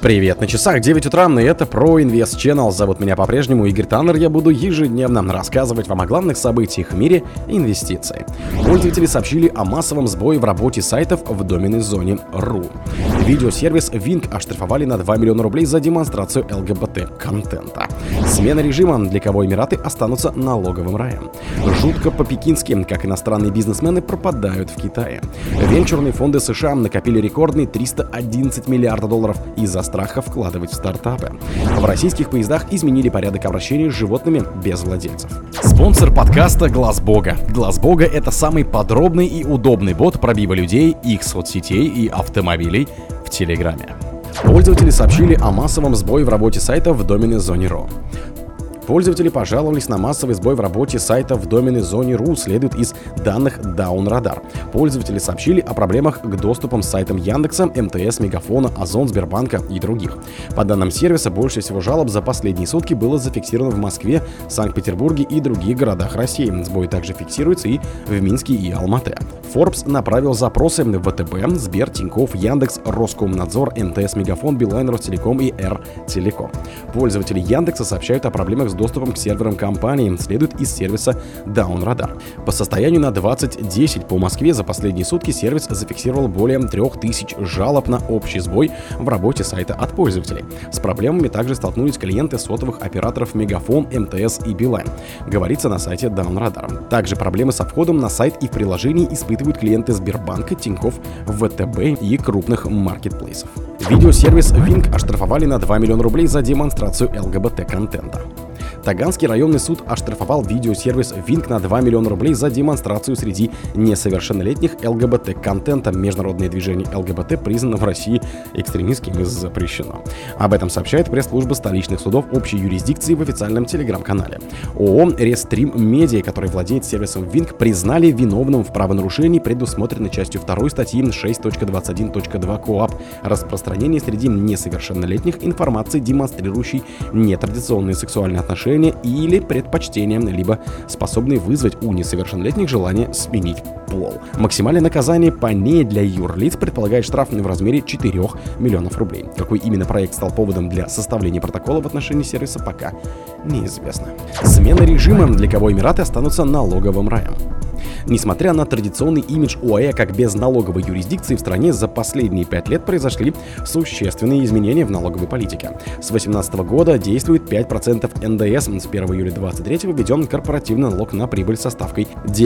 Привет, на часах 9 утра, и это ProInvest Channel. Зовут меня по-прежнему Игорь Таннер. Я буду ежедневно рассказывать вам о главных событиях в мире инвестиций. Пользователи сообщили о массовом сбое в работе сайтов в доменной зоне .ru. Видеосервис Wink оштрафовали на 2 миллиона рублей за демонстрацию ЛГБТ-контента. Смена режима, для кого Эмираты останутся налоговым раем. Жутко по-пекински, как иностранные бизнесмены пропадают в Китае. Венчурные фонды США накопили рекордные $311 миллиардов из-за страха вкладывать в стартапы. В российских поездах изменили порядок обращения с животными без владельцев. Спонсор подкаста Глаз Бога. Глаз Бога — это самый подробный и удобный бот пробива людей, их соцсетей и автомобилей в Телеграме. Пользователи сообщили о массовом сбое в работе сайта в доменной зоне .ru. Пользователи пожаловались на массовый сбой в работе сайта в доменной зоне .ru, следует из данных Даунрадar. Пользователи сообщили о проблемах к доступам с сайтам Яндекса, МТС, Мегафона, Озон, Сбербанка и других. По данным сервиса, больше всего жалоб за последние сутки было зафиксировано в Москве, Санкт-Петербурге и других городах России. Сбой также фиксируется и в Минске и Алматы. Forbes направил запросы в ВТБ, Сбер, Тинькофф, Яндекс, Роскомнадзор, МТС, Мегафон, Билайн, Ростелеком и Р-Телеком. Пользователи Яндекса сообщают о проблемах с доступом к серверам компании, следует из сервиса Даунрадar. По состоянию на 20:10 по Москве за последние сутки сервис зафиксировал более 3000 жалоб на общий сбой в работе сайта от пользователей. С проблемами также столкнулись клиенты сотовых операторов Мегафон, МТС и Билайн, говорится на сайте Даунрадar. Также проблемы со входом на сайт и в приложении испытывают клиенты Сбербанка, Тинькофф, ВТБ и крупных маркетплейсов. Видеосервис Wink оштрафовали на 2 миллиона рублей за демонстрацию ЛГБТ-контента. Таганский районный суд оштрафовал видеосервис Wink на 2 миллиона рублей за демонстрацию среди несовершеннолетних ЛГБТ-контента. Международное движение ЛГБТ признано в России экстремистским и запрещено. Об этом сообщает пресс-служба столичных судов общей юрисдикции в официальном телеграм-канале. ООО «Рестрим Медиа», который владеет сервисом Wink, признали виновным в правонарушении, предусмотренной частью 2 статьи 6.21.2 КоАП «Распространение среди несовершеннолетних информации, демонстрирующей нетрадиционные сексуальные отношения или предпочтения, либо способные вызвать у несовершеннолетних желание сменить пол». Максимальное наказание по ней для юрлиц предполагает штраф в размере 4 миллионов рублей. Какой именно проект стал поводом для составления протокола в отношении сервиса, пока неизвестно. Смена режима, для кого Эмираты останутся налоговым раем. Несмотря на традиционный имидж ОАЭ как безналоговой юрисдикции, в стране за последние 5 лет произошли существенные изменения в налоговой политике. С 2018 года действует 5% НДС, с 1 июля 2023 введен корпоративный налог на прибыль со ставкой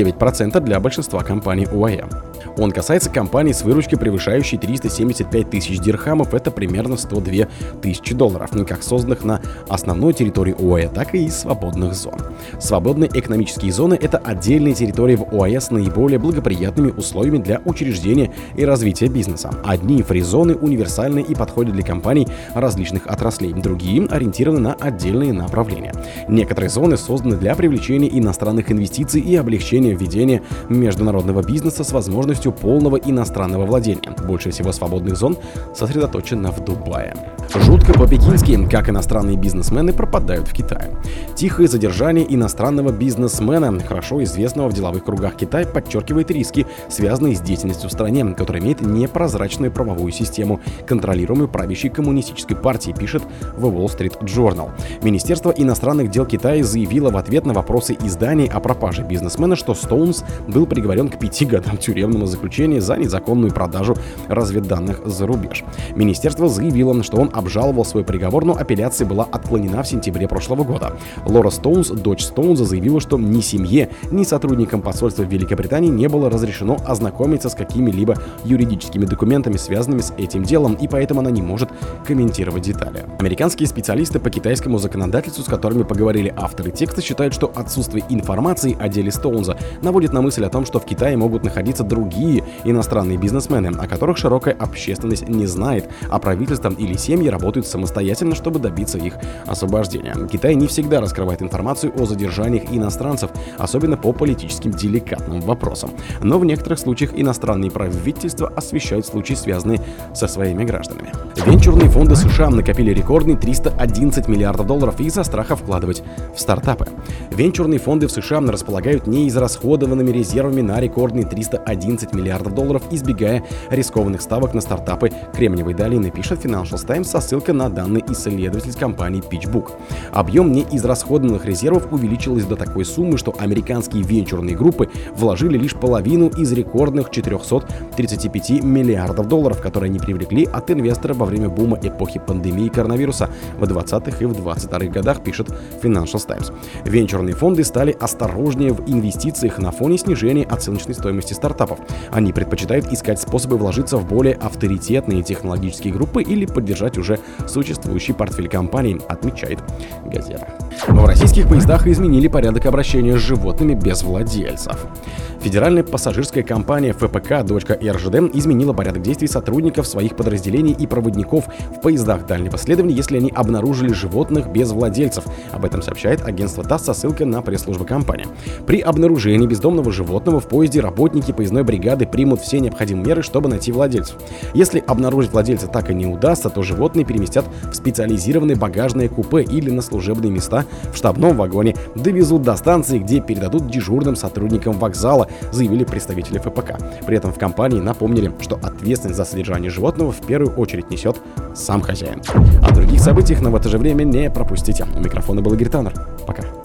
9% для большинства компаний ОАЭ. Он касается компаний с выручкой, превышающей 375 тысяч дирхамов, это примерно 102 тысячи долларов, как созданных на основной территории ОАЭ, так и из свободных зон. Свободные экономические зоны — это отдельные территории в ОАЭ с наиболее благоприятными условиями для учреждения и развития бизнеса. Одни фри-зоны универсальны и подходят для компаний различных отраслей, другие ориентированы на отдельные направления. Некоторые зоны созданы для привлечения иностранных инвестиций и облегчения введения международного бизнеса с возможностью полного иностранного владения. Больше всего свободных зон сосредоточено в Дубае. Жутко по-пекински, как иностранные бизнесмены пропадают в Китае. Тихое задержание иностранного бизнесмена, хорошо известного в деловых кругах Китая, подчеркивает риски, связанные с деятельностью в стране, которая имеет непрозрачную правовую систему, контролируемую правящей коммунистической партией, пишет The Wall Street Journal. Министерство иностранных дел Китая заявило в ответ на вопросы изданий о пропаже бизнесмена, что Стоунс был приговорен к 5 годам тюремного заключения за незаконную продажу разведданных за рубеж. Министерство заявило, что он обжаловал свой приговор, но апелляция была отклонена в сентябре прошлого года. Лора Стоунс, дочь Стоунза, заявила, что ни семье, ни сотрудникам посольства в Великобритании не было разрешено ознакомиться с какими-либо юридическими документами, связанными с этим делом, и поэтому она не может комментировать детали. Американские специалисты по китайскому законодательству, с которыми поговорили авторы текста, считают, что отсутствие информации о деле Стоунза наводит на мысль о том, что в Китае могут находиться другие иностранные бизнесмены, о которых широкая общественность не знает, а правительство или семьи работают самостоятельно, чтобы добиться их освобождения. Китай не всегда раскрывает информацию о задержаниях иностранцев, особенно по политическим деликатным вопросам. Но в некоторых случаях иностранные правительства освещают случаи, связанные со своими гражданами. Венчурные фонды США накопили рекордные $311 миллиардов из-за страха вкладывать в стартапы. Венчурные фонды в США располагают неизрасходованными резервами на рекордные $311 11 миллиардов долларов, избегая рискованных ставок на стартапы Кремниевой долины, пишет Financial Times со ссылкой на данные исследовательской компании PitchBook. Объем неизрасходованных резервов увеличился до такой суммы, что американские венчурные группы вложили лишь половину из рекордных 435 миллиардов долларов, которые они привлекли от инвесторов во время бума эпохи пандемии коронавируса в 20-х и в 22-х годах, пишет Financial Times. Венчурные фонды стали осторожнее в инвестициях на фоне снижения оценочной стоимости стартапов. Они предпочитают искать способы вложиться в более авторитетные технологические группы или поддержать уже существующий портфель компаний, отмечает газета. В российских поездах изменили порядок обращения с животными без владельцев. Федеральная пассажирская компания ФПК .РЖД изменила порядок действий сотрудников своих подразделений и проводников в поездах дальнего следования, если они обнаружили животных без владельцев. Об этом сообщает агентство ТАСС со ссылкой на пресс-службу компании. При обнаружении бездомного животного в поезде работники поездной бригады примут все необходимые меры, чтобы найти владельцев. Если обнаружить владельца так и не удастся, то животные переместят в специализированное багажное купе или на служебные места в штабном вагоне, довезут до станции, где передадут дежурным сотрудникам вокзала, заявили представители ФПК. При этом в компании напомнили, что ответственность за содержание животного в первую очередь несет сам хозяин. О других событиях, но в это же время не пропустите. У микрофона был Игорь Таннер. Пока.